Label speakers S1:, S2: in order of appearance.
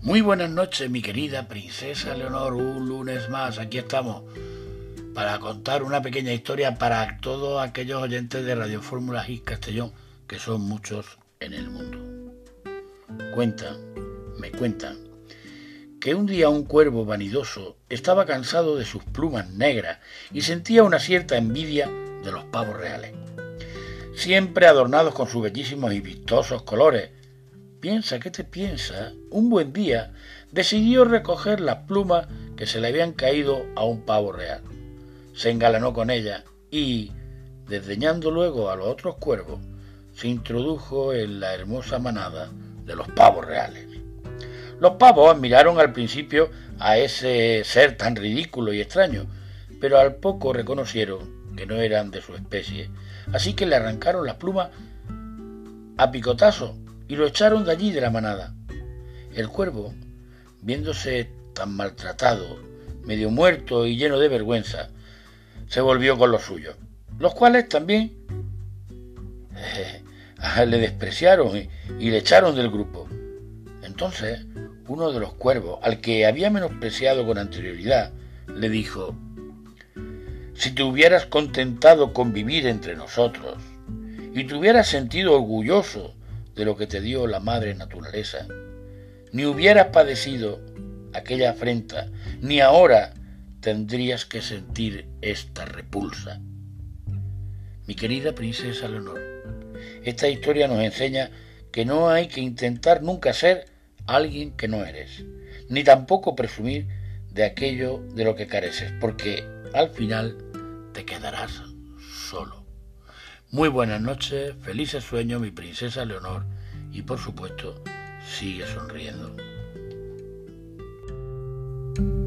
S1: Muy buenas noches, mi querida princesa Leonor. Un lunes más, aquí estamos para contar una pequeña historia para todos aquellos oyentes de Radio Fórmula Hit Castellón, que son muchos en el mundo. Me cuentan, que un día un cuervo vanidoso estaba cansado de sus plumas negras y sentía una cierta envidia de los pavos reales, siempre adornados con sus bellísimos y vistosos colores. ¿Qué te piensa? Un buen día decidió recoger las plumas que se le habían caído a un pavo real. Se engalanó con ellas y, desdeñando luego a los otros cuervos, se introdujo en la hermosa manada de los pavos reales. Los pavos admiraron al principio a ese ser tan ridículo y extraño, pero al poco reconocieron que no eran de su especie, así que le arrancaron las plumas a picotazos y lo echaron de allí de la manada. El cuervo, viéndose tan maltratado, medio muerto y lleno de vergüenza, se volvió con los suyos, los cuales también le despreciaron y le echaron del grupo. Entonces, uno de los cuervos, al que había menospreciado con anterioridad, le dijo: «Si te hubieras contentado con vivir entre nosotros y te hubieras sentido orgulloso de lo que te dio la madre naturaleza, ni hubieras padecido aquella afrenta, ni ahora tendrías que sentir esta repulsa». Mi querida princesa Leonor, esta historia nos enseña que no hay que intentar nunca ser alguien que no eres, ni tampoco presumir de aquello de lo que careces, porque al final te quedarás solo. Muy buenas noches, felices sueños, mi princesa Leonor, y por supuesto, sigue sonriendo.